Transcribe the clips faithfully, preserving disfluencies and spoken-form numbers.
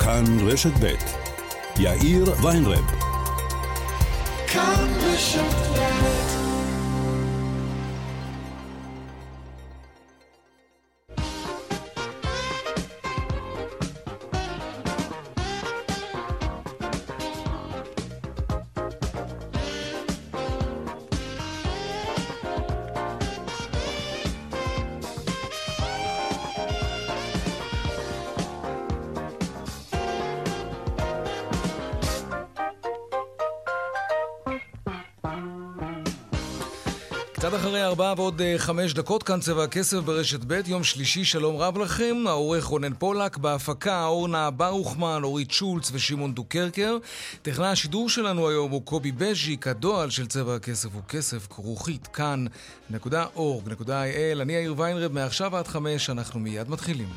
כאן רשת ב' יאיר ויינרב. כאן רשת ב'. קצת אחרי ארבעה ועוד חמש דקות, כאן צבע הכסף ברשת ב', יום שלישי, שלום רב לכם, העורך רונן פולק, בהפקה אורנה ברוכמן, אורית שולץ ושמעון דוקרקר. טכנאי השידור שלנו היום הוא קובי בז'יק, הדואל של צבע הכסף הוא כסף כרוכית, כאן נקודה אורג נקודה איי אל. אני יאיר ויינרב, מעכשיו עד חמש, אנחנו מיד מתחילים.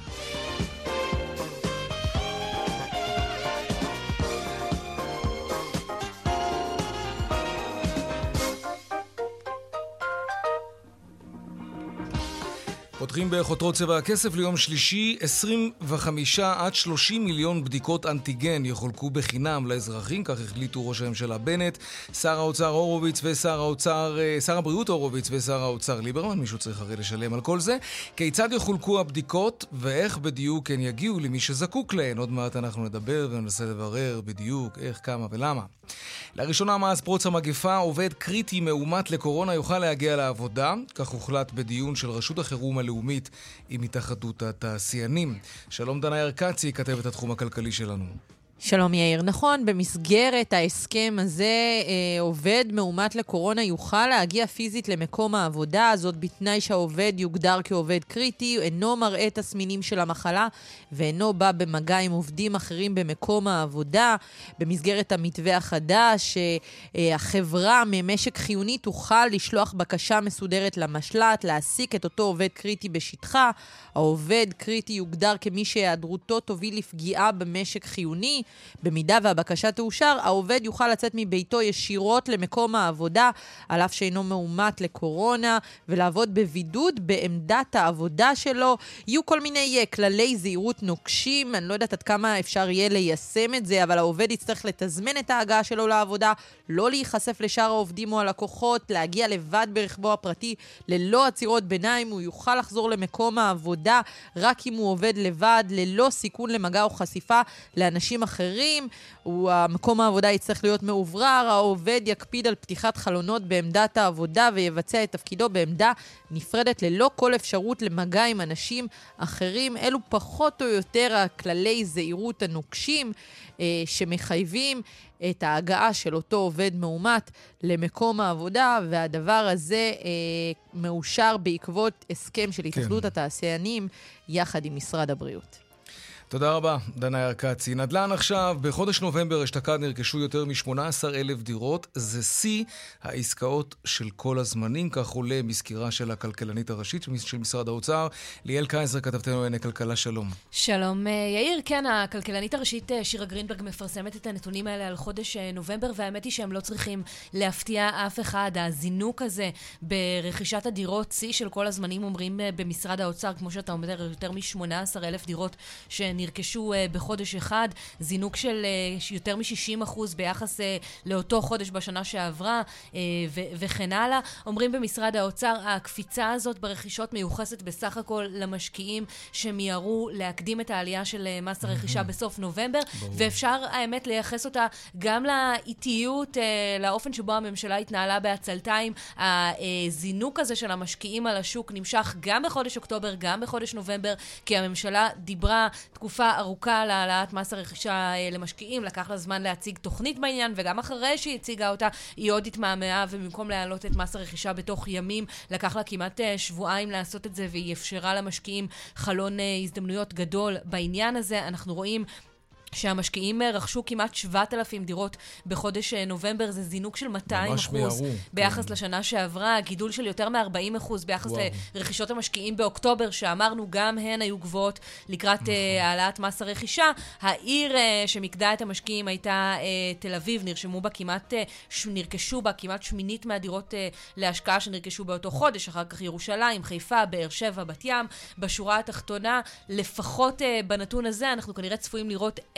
פותחים בחותרות צבע הכסף ליום שלישי. עשרים וחמישה עד שלושים מיליון בדיקות אנטיגן יחולקו בחינם לאזרחים, כך החליטו ראש הממשלה בנט, שר האוצר הורוביץ ושר האוצר, שר הבריאות הורוביץ ושר האוצר ליברמן. מישהו צריך הרי לשלם על כל זה. כיצד יחולקו הבדיקות ואיך בדיוק הן יגיעו למי שזקוק להן? עוד מעט אנחנו נדבר וננסה לברר בדיוק איך, כמה ולמה. לראשונה מאז פרוץ המגפה, עובד קריטי מאומת לקורונה יוכל להגיע לעבודה, כך הוחלט בדיון של רשות החירום הלאומית עם התאחדות התעשיינים. שלום דנה ירקצי, כתבת התחום הכלכלי שלנו. שלום יאיר, נכון, במסגרת ההסכם הזה אה, עובד מאומת לקורונה יוכל להגיע פיזית למקום העבודה, זאת בתנאי שהעובד יוגדר כעובד קריטי, אינו מראה תסמינים של המחלה ואינו בא במגע עם עובדים אחרים במקום העבודה. במסגרת המתווה החדש, אה, החברה ממשק חיוני תוכל לשלוח בקשה מסודרת למשלט, להעסיק את אותו עובד קריטי בשטחה. העובד קריטי יוגדר כמי שהיעדרותו תוביל לפגיעה במשק חיוני. במידה והבקשה תאושר, העובד יוכל לצאת מביתו ישירות למקום העבודה, על אף שאינו מאומת לקורונה, ולעבוד בבידוד בעמדת העבודה שלו. יהיו כל מיני כללי זהירות נוקשים, אני לא יודעת עד כמה אפשר יהיה ליישם את זה, אבל העובד יצטרך לתזמן את ההגעה שלו לעבודה, לא להיחשף לשאר העובדים או הלקוחות, להגיע לבד ברכבו הפרטי, ללא עצירות ביניים. הוא יוכל לחזור למקום העבודה רק אם הוא עובד לבד, ללא סיכון למגע או חשיפה לאנשים אחרים. המקום העבודה יצטרך להיות מעוברר, העובד יקפיד על פתיחת חלונות בעמדת העבודה ויבצע את תפקידו בעמדה נפרדת ללא כל אפשרות למגע עם אנשים אחרים. אלו פחות או יותר הכללי זהירות הנוקשים אה, שמחייבים את ההגעה של אותו עובד מאומת למקום העבודה, והדבר הזה אה, מאושר בעקבות הסכם של התאחדות כן. התעשיינים יחד עם משרד הבריאות. תודה רבה, דנה ירקצי. נדל"ן עכשיו, בחודש נובמבר אשתקד נרכשו יותר מ-שמונה עשרה אלף דירות. זה שיא העסקאות של כל הזמנים, כך עולה מסקירה של הכלכלנית הראשית של משרד האוצר. ליאל קייזר, כתבתנו לענייני כלכלה, שלום. שלום יאיר, כן, הכלכלנית הראשית שירה גרינברג מפרסמת את הנתונים האלה על חודש נובמבר, והאמת היא שהם לא צריכים להפתיע אף אחד. הזינוק הזה ברכישת הדירות, שיא של כל הזמנים, אומרים במשרד האוצר, כמו שאתה אומר, יותר מ-שמונה עשרה אלף דירות שנ נרכשו uh, בחודש אחד, זינוק של uh, יותר מ-שישים אחוז ביחס uh, לאותו חודש בשנה שעברה uh, ו- וכן הלאה. אומרים במשרד האוצר, הקפיצה הזאת ברכישות מיוחסת בסך הכל למשקיעים שמיירו להקדים את העלייה של uh, מס הרכישה בסוף נובמבר, ברור. ואפשר האמת לייחס אותה גם לאיטיות, uh, לאופן שבו הממשלה התנהלה בעצלתיים. הזינוק הזה של המשקיעים על השוק נמשך גם בחודש אוקטובר, גם בחודש נובמבר, כי הממשלה דיברה תקופה ארוכה להעלאת מס הרכישה למשקיעים, לקח לה זמן להציג תוכנית בעניין, וגם אחרי שהיא הציגה אותה, היא עוד התמהמהה, ובמקום להעלות את מס הרכישה בתוך ימים, לקח לה כמעט שבועיים לעשות את זה, והיא אפשרה למשקיעים חלון הזדמנויות גדול בעניין הזה. אנחנו רואים שהמשקיעים רכשו כמעט שבעת אלפים דירות בחודש נובמבר, זה זינוק של מאתיים אחוז ביחס כן. לשנה שעברה, גידול של יותר מ-ארבעים אחוז ביחס וואו. לרכישות המשקיעים באוקטובר, שאמרנו גם הן היו גבוהות לקראת נכון. uh, העלאת מס הרכישה. העיר uh, שמקדה את המשקיעים הייתה uh, תל אביב, נרשמו בה כמעט, uh, ש... נרכשו בה כמעט שמינית מהדירות uh, להשקעה שנרכשו באותו חודש, אחר כך ירושלים, חיפה, באר שבע, בת ים. בשורה התחתונה, לפחות uh, בנתון הזה, אנחנו כנראה צפויים לראות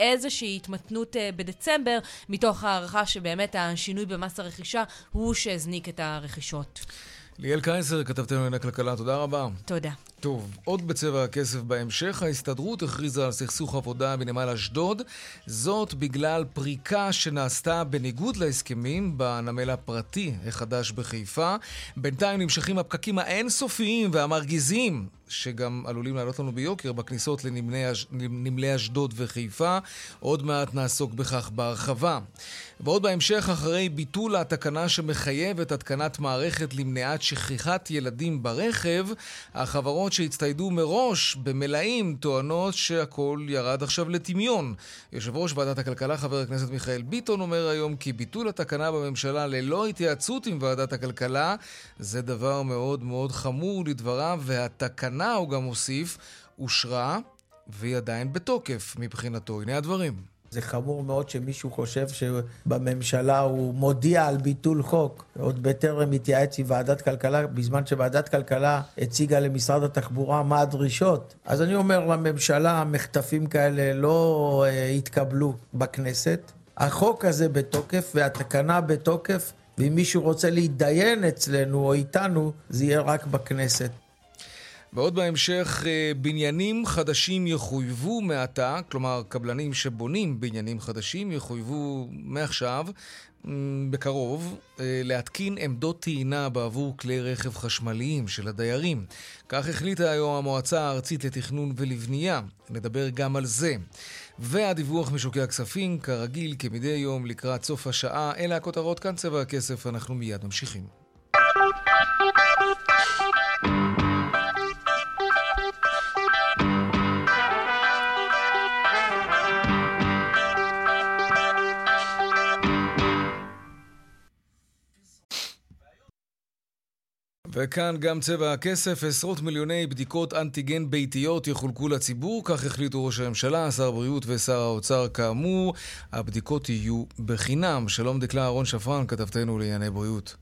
איזושהי התמתנות בדצמבר, מתוך הערכה שבאמת השינוי במס הרכישה הוא שהזניק את הרכישות. ליאל קייסר, כתבתנו לענייני כלכלה, תודה רבה. תודה. טוב, עוד בצבע הכסף בהמשך, ההסתדרות הכריזה על סכסוך עבודה בנמל אשדוד, זאת בגלל פריקה שנעשתה בניגוד להסכמים בנמל הפרטי החדש בחיפה. בינתיים נמשכים הפקקים האינסופיים והמרגיזים, שגם עלולים לעלות לנו ביוקר בכניסות לנמלי אשדוד וחיפה. עוד מעט נעסוק בכך בהרחבה. ועוד בהמשך, אחרי ביטול התקנה שמחייבת התקנת מערכת למניעת שכחת ילדים ברכב, החברות שהצטיידו מראש במלאים טוענות שהכל ירד עכשיו לטמיון. יושב ראש ועדת הכלכלה חבר הכנסת מיכאל ביטון אומר היום כי ביטול התקנה בממשלה ללא התייעצות עם ועדת הכלכלה זה דבר מאוד מאוד חמור לדבריו, והתקנה, הוא גם הוסיף, אושרה והיא עדיין בתוקף מבחינתו. הנה הדברים. זה חמור מאוד שמישהו חושב שבממשלה הוא מודיע על ביטול חוק, עוד בטרם מתייעץ עם ועדת כלכלה, בזמן שוועדת כלכלה הציגה למשרד התחבורה מה הדרישות. אז אני אומר לממשלה, מחטפים כאלה לא התקבלו בכנסת. החוק הזה בתוקף והתקנה בתוקף, ואם מישהו רוצה להתדיין אצלנו או איתנו, זה יהיה רק בכנסת. ועוד בהמשך, בניינים חדשים יחויבו מעתה, כלומר קבלנים שבונים בניינים חדשים יחויבו מעכשיו, בקרוב, להתקין עמדות טעינה בעבור כלי רכב חשמליים של הדיירים. כך החליטה היום המועצה הארצית לתכנון ולבנייה. נדבר גם על זה. והדיווח משוקי הכספים, כרגיל, כמדי יום לקראת סוף השעה. אלה הכותרות, כאן צבע הכסף, אנחנו מיד ממשיכים. וכאן גם צבע הכסף, עשרות מיליוני בדיקות אנטיגן ביתיות יחולקו לציבור, כך החליטו ראש הממשלה, שר הבריאות ושר האוצר. כאמור, הבדיקות יהיו בחינם. שלום דקלה אהרון שפרן, כתבתנו לענייני בריאות.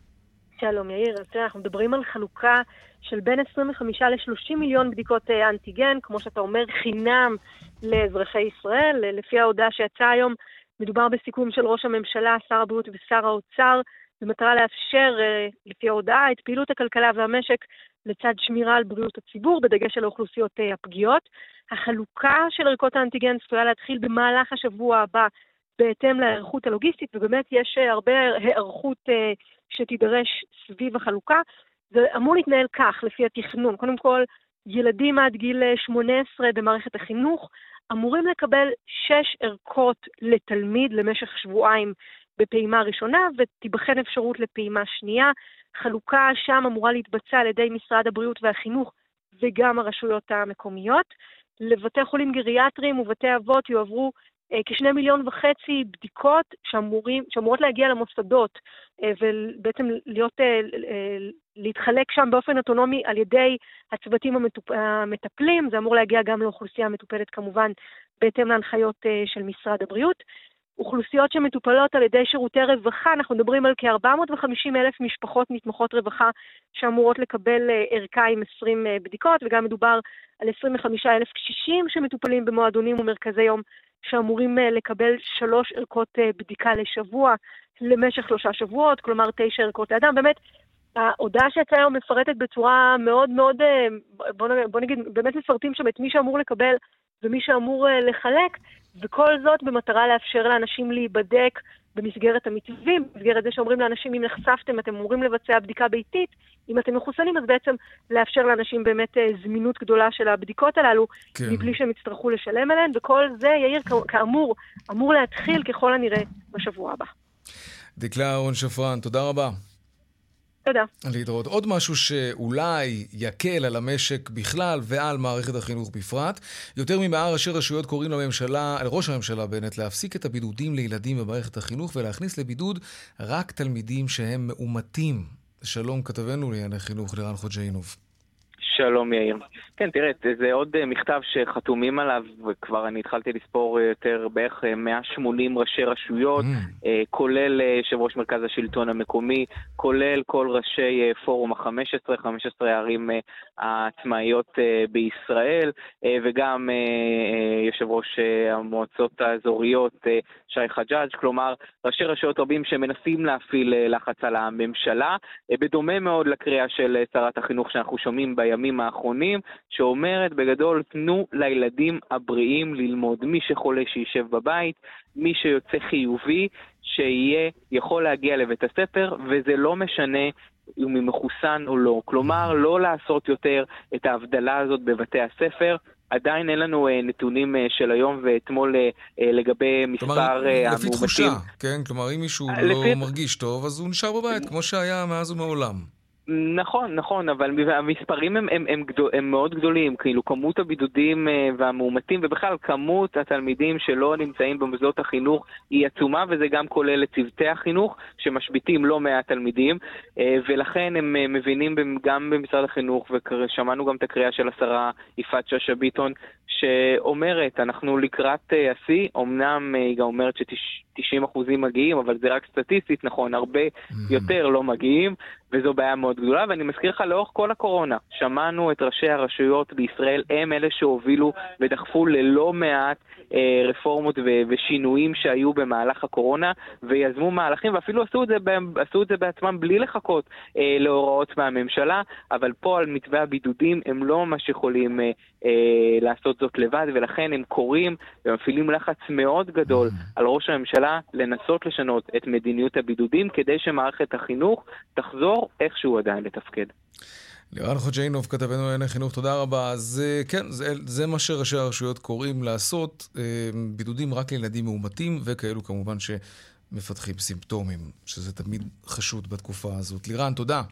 שלום יאיר, אז אנחנו מדברים על חלוקה של בין עשרים וחמישה ל-שלושים מיליון בדיקות אנטיגן, כמו שאתה אומר, חינם לאזרחי ישראל. לפי ההודעה שיצאה היום, מדובר בסיכום של ראש הממשלה, שר הבריאות ושר האוצר, במטרה לאפשר, לפי ההודעה, את פעילות הכלכלה והמשק לצד שמירה על בריאות הציבור, בדגש על האוכלוסיות הפגיעות. החלוקה של ערכות האנטיגן צפויה להתחיל במהלך השבוע הבא, בהתאם להיערכות הלוגיסטית, ובאמת יש הרבה היערכות שתידרש סביב החלוקה. זה אמור להתנהל כך, לפי התכנון. קודם כל, ילדים עד גיל שמונה עשרה במערכת החינוך, אמורים לקבל שש ערכות לתלמיד למשך שבועיים, בפעימה ראשונה, ותיבחן אפשרות לפעימה שנייה. חלוקה שם אמורה להתבצע על ידי משרד הבריאות והחינוך וגם הרשויות המקומיות. לבתי חולים גריאטריים ובתי אבות יועברו אה, כשני מיליון וחצי בדיקות שאמורים, שאמורות להגיע למוסדות, אה, ובעצם להיות, אה, אה, להתחלק שם באופן אוטונומי על ידי הצוותים המטופ... המטפלים. זה אמור להגיע גם לאוכלוסייה המטופלת כמובן, בהתאם להנחיות אה, של משרד הבריאות. אוכלוסיות שמטופלות על ידי שירותי רווחה, אנחנו מדברים על כ-ארבע מאות וחמישים אלף משפחות נתמכות רווחה שאמורות לקבל ערכה עם עשרים בדיקות, וגם מדובר על עשרים וחמישה אלף קשישים שמטופלים במועדונים ומרכזי יום שאמורים לקבל שלוש ערכות בדיקה לשבוע למשך שלושה שבועות, כלומר תשע ערכות לאדם. באמת, ההודעה שיצאה היום מפרטת בצורה מאוד מאוד, בוא, בוא נגיד, באמת מפרטים שם את מי שאמור לקבל ומי שאמור לחלק, וכל זאת במטרה לאפשר לאנשים להיבדק במסגרת המתווים, במסגרת זה שאומרים לאנשים אם נחשפתם, אתם אמורים לבצע בדיקה ביתית, אם אתם מחוסנים, אז בעצם לאפשר לאנשים באמת זמינות גדולה של הבדיקות הללו, כן. מבלי שהם יצטרכו לשלם עליהן, וכל זה, יאיר, כאמור, אמור להתחיל ככל הנראה בשבוע הבא. דקלה אהרון שפרן, תודה רבה. תודה. להתראות. עוד משהו שאולי יקל על המשק בכלל ועל מערכת החינוך בפרט. יותר ממאה ראשי רשויות קוראים לממשלה, לראש הממשלה בנט, להפסיק את הבידודים לילדים במערכת החינוך ולהכניס לבידוד רק תלמידים שהם מאומתים. שלום כתבנו לענייני חינוך לירן חוג'יינוב. שלום יאיר. כן, תראה, זה עוד מכתב שחתומים עליו, וכבר אני התחלתי לספור יותר בערך מאה ושמונים ראשי רשויות, mm. כולל יושב ראש מרכז השלטון המקומי, כולל כל ראשי פורום ה-חמש עשרה, חמש עשרה הערים העצמאיות בישראל, וגם יושב ראש המועצות האזוריות שי חג'אג', כלומר ראשי רשויות רבים שמנסים להפעיל לחץ על הממשלה, בדומה מאוד לקריאה של שרת החינוך שאנחנו שומעים בימים האחרונים, שאומרת בגדול, תנו לילדים הבריאים ללמוד. מי שחולה שישב בבית, מי שיוצא חיובי שיהיה יכול להגיע לבית הספר, וזה לא משנה אם הוא מחוסן או לא. כלומר, לא לעשות יותר את ההבדלה הזאת בבתי הספר. עדיין אין לנו נתונים של היום ואתמול לגבי מספר המאומתים. לפי תחושה, כן? כלומר, אם מישהו לא מרגיש טוב, אז הוא נשאר בבית, כמו שהיה מאז ומעולם. נכון, נכון, אבל המספרים הם, הם, הם, גדול, הם מאוד גדולים, כאילו כמות הבידודים והמאומתים, ובכלל כמות התלמידים שלא נמצאים במוסדות החינוך היא עצומה, וזה גם כולל לצוותי החינוך, שמשביתים לא מעט תלמידים, ולכן הם מבינים גם במשרד החינוך, ושמענו גם את הקריאה של השרה יפעת שאשא ביטון, שאומרת, אנחנו לקראת השיא, אמנם היא גם אומרת ש-תשעים אחוזים מגיעים, אבל זה רק סטטיסטית, נכון, הרבה יותר לא מגיעים, וזו בעיה מאוד גדולה, ואני מזכיר לך לאורך כל הקורונה, שמענו את ראשי הרשויות בישראל, הם אלה שהובילו ודחפו ללא מעט אה, רפורמות ו- ושינויים שהיו במהלך הקורונה, ויזמו מהלכים, ואפילו עשו את זה, עשו את זה בעצמם בלי לחכות אה, להוראות מהממשלה, אבל פה על מתווה הבידודים הם לא ממש יכולים אה, אה, לעשות זאת לבד, ולכן הם קוראים ומפעילים לחץ מאוד גדול על ראש הממשלה לנסות לשנות את מדיניות הבידודים, כדי שמערכת החינוך תחזור איכשהו עדיין לתפקד. לירן חוג'יינוב, כתבנו לענייני חינוך, תודה רבה. אז כן, זה, זה מה שראשי הרשויות קוראים לעשות, בידודים רק לילדים מאומתים, וכאלו כמובן שמפתחים סימפטומים, שזה תמיד חשוד בתקופה הזאת. לירן, תודה.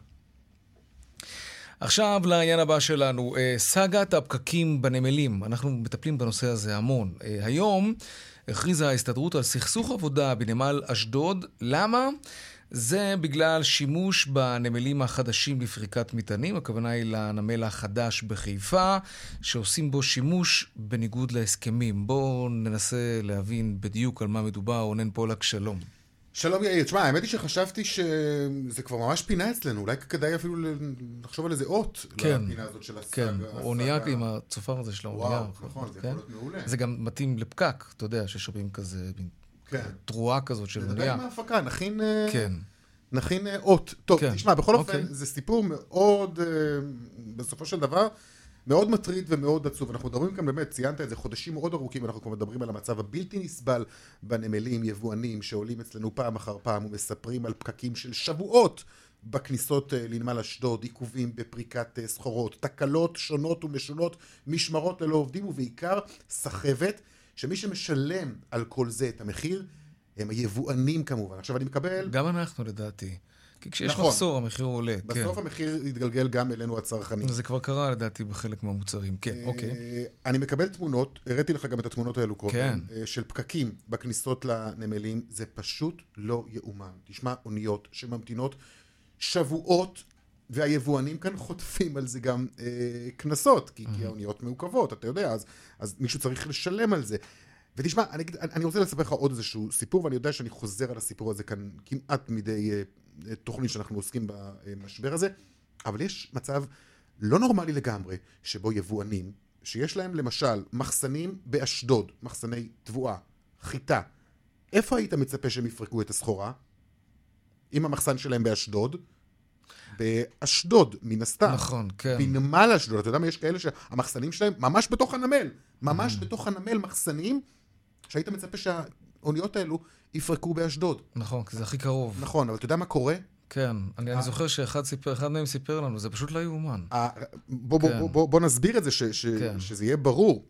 עכשיו לעניין הבא שלנו, סאגת הפקקים בנמלים. אנחנו מטפלים בנושא הזה המון. היום הכריזה ההסתדרות על סכסוך עבודה בנמל אשדוד. למה? זה בגלל שימוש בנמלים החדשים לפריקת מטענים, הכוונה היא לנמל החדש בחיפה, שעושים בו שימוש בניגוד להסכמים. בואו ננסה להבין בדיוק על מה מדובר. רונן פולק, שלום. שלום יאיר, תשמע, האמת היא שחשבתי שזה כבר ממש פינה אצלנו, אולי כדאי אפילו לחשוב על איזה אות כן, לפינה הזאת של הסאגה. כן, אונייה עם הצופר הזה של האונייה. וואו, נכון, זה כן? יכול להיות מעולה. זה גם מתאים לפקק, אתה יודע, ששומעים כזה, כן. תרועה כזאת של אונייה. נדבר עם ההפקה, נכין, כן. נכין אות. טוב, כן. תשמע, בכל אופן, אוקיי. זה סיפור מאוד, בסופו של דבר, מאוד מטריד ומאוד עצוב. אנחנו מדברים כאן באמת, ציינת את זה, חודשים מאוד ארוכים, אנחנו כבר מדברים על המצב הבלתי נסבל בנמלים, יבואנים שעולים אצלנו פעם אחר פעם ומספרים על פקקים של שבועות בכניסות לנמל אשדוד, עיכובים בפריקת סחורות, תקלות שונות ומשונות, משמרות ללא עובדים, ובעיקר סחבת, שמי שמשלם על כל זה את המחיר הם היבואנים כמובן. עכשיו אני מקבל... גם אנחנו לדעתי. כי כשיש נכון. מחסור, המחיר עולה. בסוף כן. המחיר יתגלגל גם אלינו הצרכנים. זה כבר קרה לדעתי בחלק מהמוצרים. כן, אוקיי. אני מקבל תמונות, הראיתי לך גם את התמונות האלו קודם, כן. של פקקים בכניסות לנמלים, זה פשוט לא יאומן. תשמע, אוניות שממתינות שבועות, והיבואנים כאן חוטפים על זה גם אה, כנסות, כי, כי האוניות מעוכבות, אתה יודע, אז, אז מישהו צריך לשלם על זה. ותשמע, אני, אני רוצה לספר לך עוד איזשהו סיפור, ואני יודע שאני חוזר על הסיפור הזה כאן כמעט מדי uh, תוכנית שאנחנו עוסקים במשבר הזה, אבל יש מצב לא נורמלי לגמרי, שבו יבואנים, שיש להם למשל מחסנים באשדוד, מחסני תבואה, חיטה, איפה היית מצפה שהם יפרקו את הסחורה? אם המחסן שלהם באשדוד, באשדוד, מן הסתם. נכון, כן. בנמל אשדוד, אתה יודע מה, יש כאלה שהמחסנים שלהם ממש בתוך הנמל, ממש mm. בתוך הנמל מחסנים, שהיית מצפה שהאוניות האלו יפרקו באשדוד. נכון, כי זה הכי קרוב. נכון, אבל אתה יודע מה קורה? כן, אני, אני זוכר שאחד סיפר, אחד מהם סיפר לנו, זה פשוט לא יאומן. בוא, בוא, בוא, בוא, בוא נסביר את זה, ש, ש, כן. שזה יהיה ברור.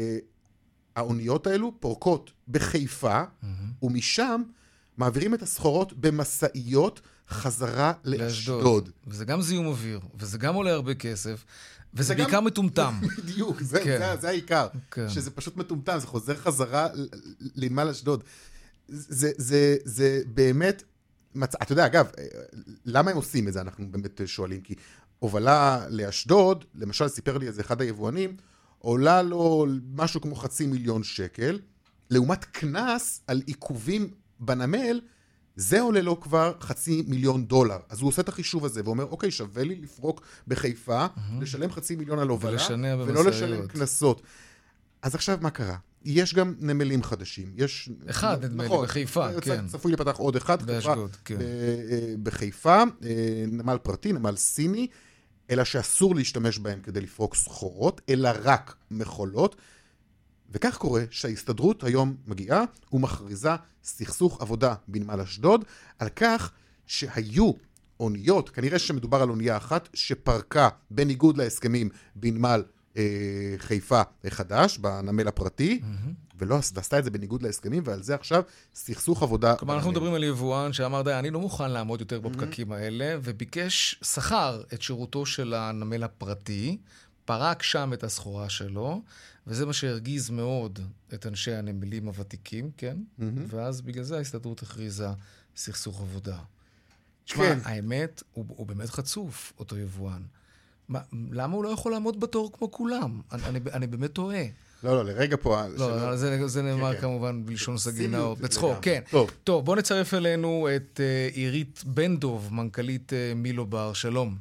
האוניות האלו פורקות בחיפה, mm-hmm. ומשם מעבירים את הסחורות במסעיות חזרה לאשדוד. וזה גם זיהום אוויר, וזה גם עולה הרבה כסף, וזה בעיקר גם... מטומטם. בדיוק, זה, כן. זה, זה העיקר. כן. שזה פשוט מטומטם, זה חוזר חזרה לנמל אשדוד. זה, זה, זה באמת, מצ... אתה יודע, אגב, למה הם עושים את זה? אנחנו באמת שואלים, כי הובלה לאשדוד, למשל סיפר לי איזה אחד היבואנים, עולה לו משהו כמו חצי מיליון שקל, לעומת כנס על עיכובים בנמל, זה עולה לו כבר חצי מיליון דולר. אז הוא עושה את החישוב הזה ואומר, אוקיי, שווה לי לפרוק בחיפה, mm-hmm. לשלם חצי מיליון על הובלה, ולא לשלם כנסות. אז עכשיו מה קרה? יש גם נמלים חדשים. יש... אחד, נדמה לי, בחיפה, כן. צפוי לפתח עוד אחד. באשדוד, כן. בחיפה, נמל פרטי, נמל סיני, אלא שאסור להשתמש בהם כדי לפרוק סחורות, אלא רק מכולות. וכך קורה שההסתדרות היום מגיעה ומכריזה סכסוך עבודה בנמל אשדוד, על כך שהיו אוניות, כנראה שמדובר על אונייה אחת, שפרקה בניגוד להסכמים בנמל אה, חיפה החדש, בנמל הפרטי, mm-hmm. ולא ועשתה את זה בניגוד להסכמים, ועל זה עכשיו סכסוך עבודה. כלומר, אנחנו מדברים על יבואן שאמר, די, אני לא מוכן לעמוד יותר בפקקים mm-hmm. האלה, וביקש שכר את שירותו של הנמל הפרטי, פרק שם את הסחורה שלו, וזה מה שהרגיז מאוד את אנשי הנמלים הוותיקים, כן? Mm-hmm. ואז בגלל זה ההסתדרות הכריזה סכסוך עבודה. תשמע, כן. האמת, הוא, הוא באמת חצוף, אותו יבואן. מה, למה הוא לא יכול לעמוד בתור כמו כולם? אני, אני, אני באמת טועה. לא, לא, לרגע פה... לא, שלא... זה, זה נאמר כן, כמובן בלשון סגינאות. בצחוק, כן. טוב. טוב, בוא נצרף אלינו את uh, עירית בן דוב, מנכ"לית uh, מילובר. שלום.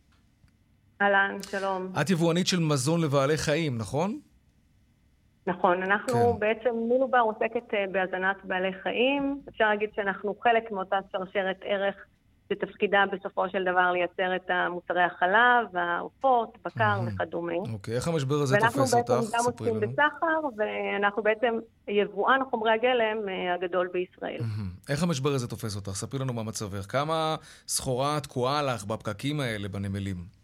אהלן, שלום. את יבואנית של מזון לבעלי חיים, נכון? נכון, אנחנו כן. בעצם מילובר עוסקת בהזנת בעלי חיים. אפשר להגיד שאנחנו חלק מאותה שרשרת ערך שתפקידה בסופו של דבר לייצר את המוצרי החלב, העופות, בקר mm-hmm. וכדומה. אוקיי, איך המשבר הזה תופס אותך? ואנחנו בעצם גם עוסקים בסחר, ואנחנו בעצם יבואן חומרי הגלם הגדול בישראל. Mm-hmm. איך המשבר הזה תופס אותך? ספרי לנו מה מצבך. כמה סחורה תקועה לך בפקקים האלה בנמלים?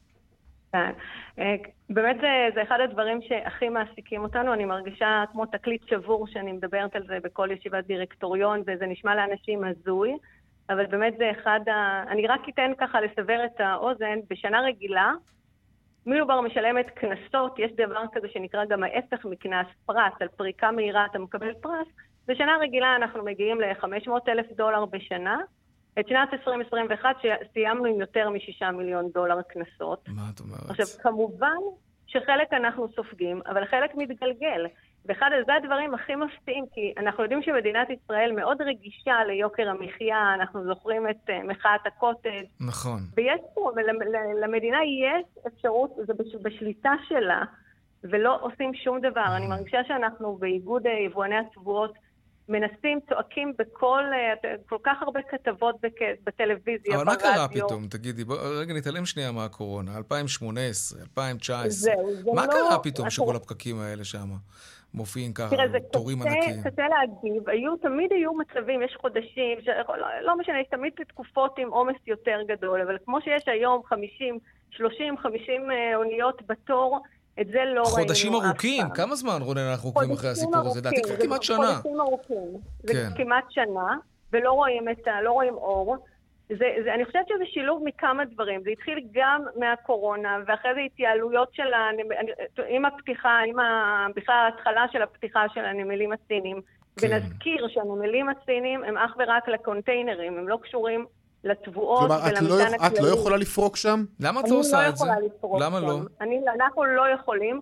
באמת זה, זה אחד הדברים שהכי מעסיקים אותנו. אני מרגישה כמו תקליט שבור שאני מדברת על זה בכל ישיבת דירקטוריון, וזה נשמע לאנשים הזוי, אבל באמת זה אחד ה... אני רק אתן ככה לסבר את האוזן. בשנה רגילה, מילובר משלמת כנסות, יש דבר כזה שנקרא גם ההפך מכנס, פרס, על פריקה מהירה אתה מקבל פרס. בשנה רגילה אנחנו מגיעים ל-חמש מאות אלף דולר בשנה, את שנת עשרים עשרים ואחת שסיימנו עם יותר משישה מיליון דולר כנסות. מה את אומרת? עכשיו, כמובן שחלק אנחנו סופגים, אבל חלק מתגלגל. ואחד זה הדברים הכי מפתיעים, כי אנחנו יודעים שמדינת ישראל מאוד רגישה ליוקר המחיה, אנחנו זוכרים את uh, מחאת הקוטג'. נכון. ויש פה, למדינה יש אפשרות, זה בשליטה שלה, ולא עושים שום דבר. אני מרגישה שאנחנו באיגוד יבואני התבואות, מנסים, צועקים בכל, כל כך הרבה כתבות בטלוויזיה. אבל מה קרה פתאום? תגידי, בוא, רגע נתעלם שנייה מהקורונה. אלפיים שמונה עשרה, אלפיים תשע עשרה. מה קרה פתאום שכל הפקקים האלה שם מופיעים ככה, תורים ענקיים? תראה, זה קשה להגיב. היו, תמיד היו מצבים, יש חודשים, לא משנה, יש תמיד תקופות עם עומס יותר גדול, אבל כמו שיש היום חמישים, שלושים, חמישים אוניות בתור, את זה לא ראינו. חודשים ארוכים? כמה זמן, רונן, אנחנו עוקבים אחרי הסיפור הזה? דעתי כבר כמעט שנה. חודשים ארוכים. זה כמעט שנה, ולא רואים את ה... לא רואים אור. אני חושבת שזה שילוב מכמה דברים. זה התחיל גם מהקורונה, ואחרי זה התייעלויות של ה... עם הפתיחה, עם בכלל ההתחלה של הפתיחה של הנמלים הסיניים. ונזכיר שהנמלים הסיניים הם אך ורק לקונטיינרים, הם לא קשורים לתבואות ולמטען הכללי. כלומר, את לא יכולה לפרוק שם? למה את לא עושה את זה? למה לא? אנחנו לא יכולים.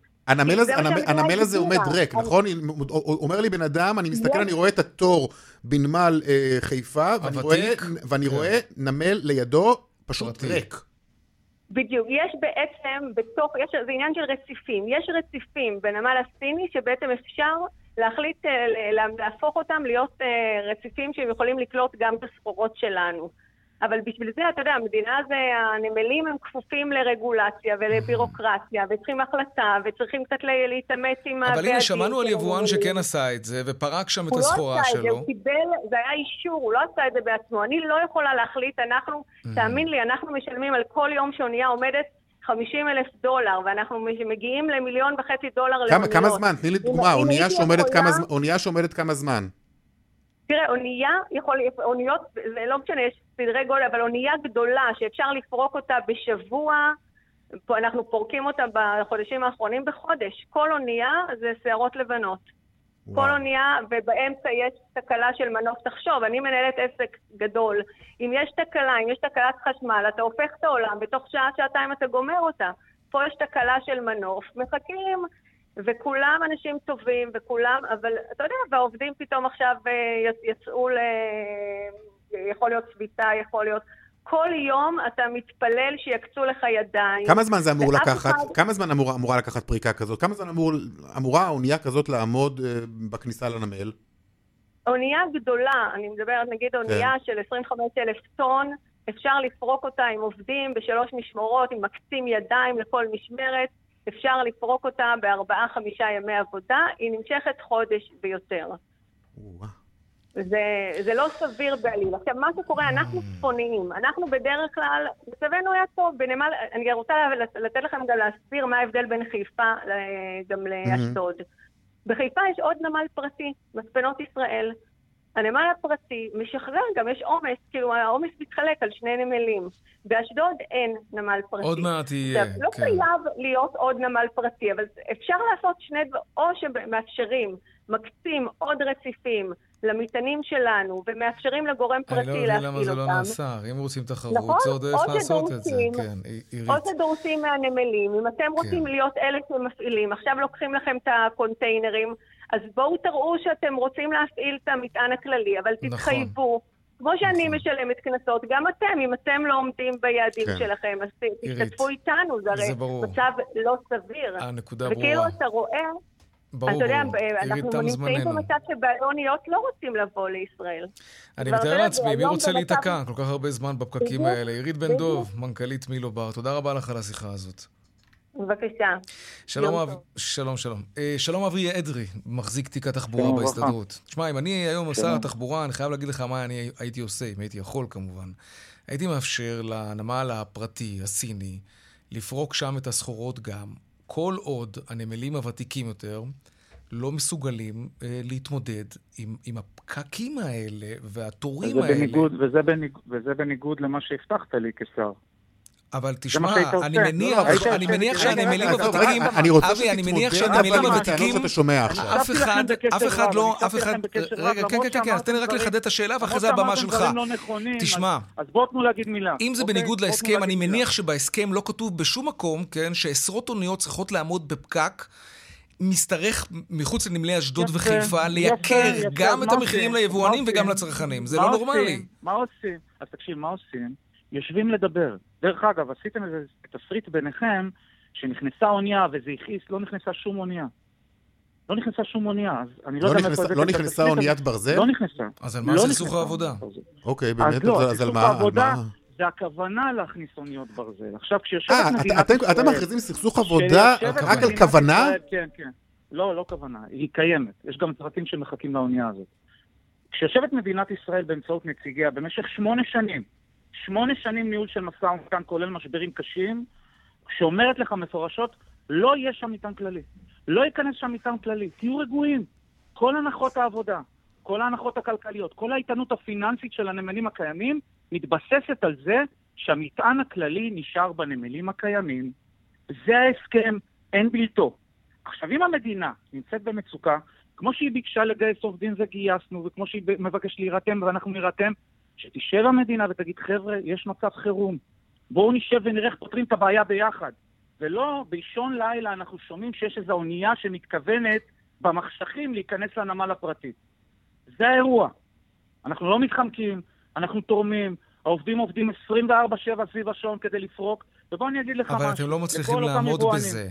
הנמל הזה עומד ריק, נכון? אומר לי בן אדם, אני מסתכל, אני רואה את התור בנמל חיפה, ואני רואה נמל לידו פשוט ריק. בדיוק, יש בעצם בתוך, זה עניין של רציפים. יש רציפים בנמל הסיני שבעצם אפשר להחליט, להפוך אותם להיות רציפים שהם יכולים לקלוט גם את הסחורות שלנו. אבל בשביל זה, אתה יודע, המדינה הזה, הנמלים הם כפופים לרגולציה ולבירוקרטיה, וצריכים החלטה, וצריכים קצת להתאמץ עם... אבל הנה, שמענו על יבואן שכן עשה את זה, ופרק שם את הסחורה שלו. הוא לא עשה את זה, הוא קיבל, זה היה אישור, הוא לא עשה את זה בעצמו. אני לא יכולה להחליט, אנחנו, תאמין לי, אנחנו משלמים על כל יום שאונייה עומדת חמישים אלף דולר, ואנחנו מגיעים למיליון וחצי דולר לאוניות. כמה זמן? תני לי דוגמה, אונייה שעומדת כמה זמן? תראה, אונייה יכול, אוניות, זה לא משנה, יש סדרי גודל, אבל אונייה גדולה שאפשר לפרוק אותה בשבוע, פה אנחנו פורקים אותה בחודשים האחרונים בחודש. כל אונייה זה שערות לבנות. כל אונייה, ובאמצע יש תקלה של מנוף. תחשוב, אני מנהלת עסק גדול. אם יש תקלה, אם יש תקלת חשמל, אתה הופך את העולם, בתוך שעה, שעתיים אתה גומר אותה. פה יש תקלה של מנוף, מחכים, וכולם אנשים טובים, וכולם, אבל אתה יודע, והעובדים פתאום עכשיו יצאו ל... יכול להיות שביתה, יכול להיות... כל יום אתה מתפלל שיקצו לך ידיים. כמה זמן זה אמור לקחת? כמה זמן אמורה, אמורה לקחת פריקה כזאת? כמה זמן אמור, אמורה אונייה כזאת לעמוד uh, בכניסה לנמל? אונייה גדולה, אני מדברת נגיד אונייה כן. של עשרים וחמישה אלף טון, אפשר לפרוק אותה עם עובדים בשלוש משמרות, עם מקצים ידיים לכל משמרת, אפשר לפרוק אותה בארבעה חמישה ימי עבודה, היא נמשכת חודש ויותר. וואו. זה, זה לא סביר בעליל. עכשיו, מה שקורה, אנחנו צפוניים. אנחנו בדרך כלל, מצבנו היה טוב, בנמל, אני רוצה לתת לכם גם להסביר מה ההבדל בין חיפה גם לאשדוד. בחיפה יש עוד נמל פרטי, מספנות ישראל. הנמל הפרטי משחרר, גם יש עומס, כאילו העומס מתחלק על שני נמלים. באשדוד אין נמל פרטי. עוד מעט יהיה, כן. לא חייב להיות עוד נמל פרטי, אבל אפשר לעשות שני דברים, או שמאפשרים, מקצים עוד רציפים, למטענים שלנו, ומאפשרים לגורם פרטי להפעיל אותם. אני לא יודע למה זה לא נעשה, אם רוצים תחרות, זה עוד איך לעשות את זה. או שדורסים מהנמלים, אם אתם רוצים להיות אלה שמפעילים, עכשיו לוקחים לכם את הקונטיינרים, אז בואו תראו שאתם רוצים להפעיל את המטען הכללי, אבל תתחייבו, כמו שאני משלמת כנסות, גם אתם, אם אתם לא עומדים ביעדים שלכם, אז תשתתפו איתנו, זה הרי מצב לא סביר. הנקודה ברורה. וכאילו אתה רואה, ברור, אתה יודע, אנחנו נמצאים במצב שבעלוניות לא רוצים לבוא לישראל. אני מתאר לעצמי, מי רוצה להיתקע כל כך הרבה זמן בפקקים האלה? עירית בן דוב, מנכ"לית מילובר, תודה רבה לך על השיחה הזאת. בבקשה. שלום, שלום. שלום אברי אדרי, מחזיק תיק התחבורה בהסתדרות. תשמע, אם אני היום שר התחבורה, אני חייב להגיד לך מה אני הייתי עושה, אם הייתי יכול כמובן. הייתי מאפשר לנמל הפרטי, הסיני, לפרוק שם את הסחורות גם. כל עוד הנמלים הוותיקים יותר לא מסוגלים אה, להתמודד עם, עם הפקקים האלה והתורים וזה האלה. בניגוד, וזה, בניגוד, וזה בניגוד למה שהבטחת לי כשר. אבל תשמע, אני מניח, אני מניח שהנמלים הוותיקים, אני רוצה אני מניח שהנמלים הוותיקים, אף אחד, אף אחד לא, אף אחד, רגע, כן, כן, כן, אז תן לי רק לחדד את השאלה, ואחרי זה הבמה שלך. תשמע, אז בוא תנו להגיד מילה. אם זה בניגוד להסכם, אני מניח שבהסכם לא כתוב בשום מקום, כן, שעשרות אוניות צריכות לעמוד בפקק, משתרך מחוץ לנמלי אשדוד וחיפה, לייקר גם את המחירים ליבואנים וגם לצרכנים. זה לא נורמלי. מה עושים? אז תקשיב, מה עושים? יושבים לדבר. דרך אגב, עשיתם איזה תסריט ביניכם, שנכנסה אונייה וזה הכיס, לא נכנסה שום אונייה. לא נכנסה שום אונייה. אז אני לא, לא, נכנסה, לא נכנסה אוניית ברזל? לא נכנסה. אז על מה לא סכסוך העבודה? אוקיי, באמת, אז לא, אז על מה? העבודה זה הכוונה להכניס אוניות ברזל. עכשיו, כשיושבת מדינת ישראל... אתם מכריזים סכסוך עבודה רק על כוונה? כן, כן. לא, לא כוונה. היא קיימת. יש גם צוותים שמחכים לאונייה הזאת. כשיושבת מדינת ישראל באמצעות נציגיה במשך שמונה שנים, שמונה שנים ניהול של מסע ומתן, כולל משברים קשים, שאומרת לך מפורשות, לא יהיה שם מטען כללי. לא ייכנס שם מטען כללי. תהיו רגועים. כל הנחות העבודה, כל ההנחות הכלכליות, כל האיתנות הפיננסית של הנמלים הקיימים, מתבססת על זה שהמטען הכללי נשאר בנמלים הקיימים. זה ההסכם, אין בלתו. עכשיו, אם המדינה נמצאת במצוקה, כמו שהיא ביקשה לגייס עובדים וגייסנו, וכמו שהיא מבקש להירתם ואנחנו נירתם, שתשב המדינה ותגיד, חבר'ה, יש מצב חירום. בואו נשב ונראה איך פותרים את הבעיה ביחד. ולא באישון לילה אנחנו שומעים שיש איזו אונייה שמתכוונת במחשכים להיכנס לנמל הפרטי. זה האירוע. אנחנו לא מתחמקים, אנחנו תורמים, העובדים עובדים עשרים וארבע שבע סביב השעון כדי לפרוק, ובוא אני אגיד לך משהו. אבל אתם לא מצליחים לעמוד בזה.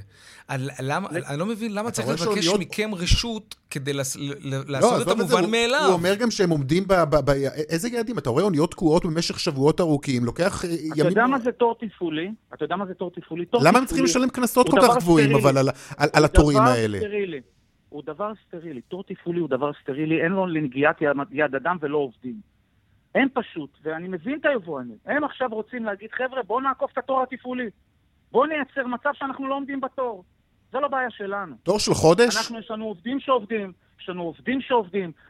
אני לא מבין למה צריך לבקש מכם רשות כדי לעשות את המובן מאליו. הוא אומר גם שהם עומדים ב... איזה יעדים? אתה רואה אוניות תקועות במשך שבועות ארוכים, לוקח ימים... אתה יודע מה זה תור תפעולי? אתה יודע מה זה תור תפעולי? למה הם צריכים לשלם קנסות כל כך גבוהים אבל על התורים האלה? הוא דבר סטרילי. תור תפעולי הוא דבר סטרילי, אין לו לנגיעת יד אדם ולא עובדים. הם פשוט, ואני מבין את היבואנים, הם עכשיו רוצים להגיד, חבר'ה, בואו נעקוף את התור התפעולי. בואו נייצר מצב שאנחנו לא עומדים בתור. זה לא בעיה שלנו. תור של חודש? אנחנו, יש לנו עובדים שעובדים, יש לנו עובדים שעובדים,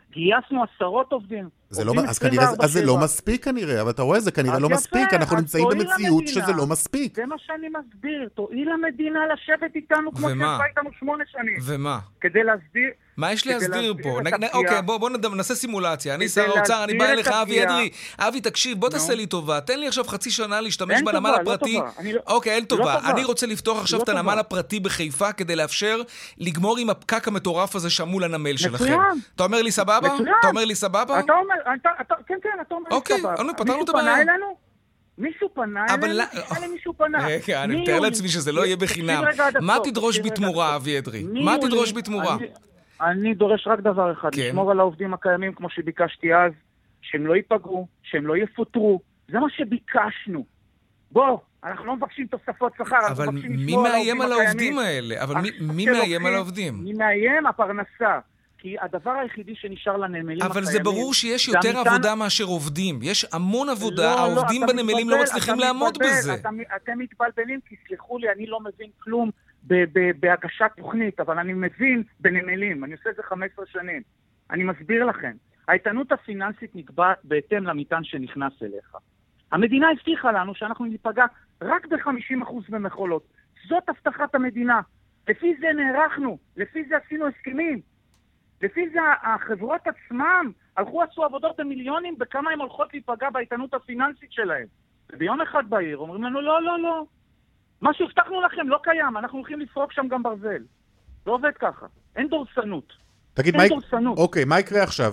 גייסנו עשרות עובדים. זה לא, אז כנראה, אז זה לא מספיק כנראה, אבל אתה רואה, זה כנראה לא מספיק, אנחנו נמצאים במציאות שזה לא מספיק. זה מה שאני מסביר, תועיל המדינה לשבת איתנו כמו שישבה איתנו שמונה שנים. ומה? כדי להסביר... מה יש להסביר פה? אוקיי, בוא נעשה סימולציה. אני שר האוצר, אני בא אליך, אבי אדרי. אבי, תקשיב, בוא תעשה לי טובה. תן לי עכשיו חצי שנה להשתמש בנמל הפרטי. אוקיי, אין טובה. אני רוצה לפתוח עכשיו את הנמל הפרטי בחיפה כדי לאפשר לגמור עם הפקק המטורף הזה שמול הנמל שלכם. אתה אומר לי סבבה? אתה אומר לי סבבה? אתה אומר, כן, כן, אתה אומר לי סבבה. אוקיי, פתרנו את הבעיה. מישהו פנה אלינו? נראה לי מישהו פנה. רגע, אני מתאר לעצמי שזה לא יהיה בחינם. מה תדרוש בתמורה, אבי אדרי? מה תדרוש בתמורה? אני דורש רק דבר אחד, לשמור על העובדים הקיימים כמו שביקשתי אז, שהם לא ייפגעו, שהם לא יפוטרו. זה מה שביקשנו. בוא, אנחנו לא מבקשים תוספות שכר, אבל מי מאיים על העובדים האלה? אבל מי מאיים על העובדים? מי מאיים? הפרנסה. כי הדבר היחידי שנשאר לנמלים הקיימים... אבל זה ברור שיש יותר עבודה מאשר עובדים. יש המון עבודה, העובדים בנמלים לא מצליחים לעמוד בזה. אתם מתבלבלים, כי סליחו לי, אני לא מבין כלום בהגשת תוכנית, אבל אני מבין בנמלים, אני עושה את זה חמש עשרה שנים. אני מסביר לכם. האיתנות הפיננסית נקבעת בהתאם למטען שנכנס אליך. המדינה הבטיחה לנו שאנחנו ניפגע רק ב-חמישים אחוז במכולות. זאת הבטחת המדינה. לפי זה נערכנו, לפי זה עשינו הסכמים. לפי זה החברות עצמם הלכו עשו עבודות במיליונים בכמה הם הולכות להיפגע באיתנות הפיננסית שלהם. וביום אחד בעיר אומרים לנו לא, לא, לא. מה שהבטחנו לכם לא קיים, אנחנו הולכים לפרוק שם גם ברזל. לא עובד ככה. אין דורסנות. תגיד, אין מה... דורסנות. אוקיי, מה יקרה עכשיו?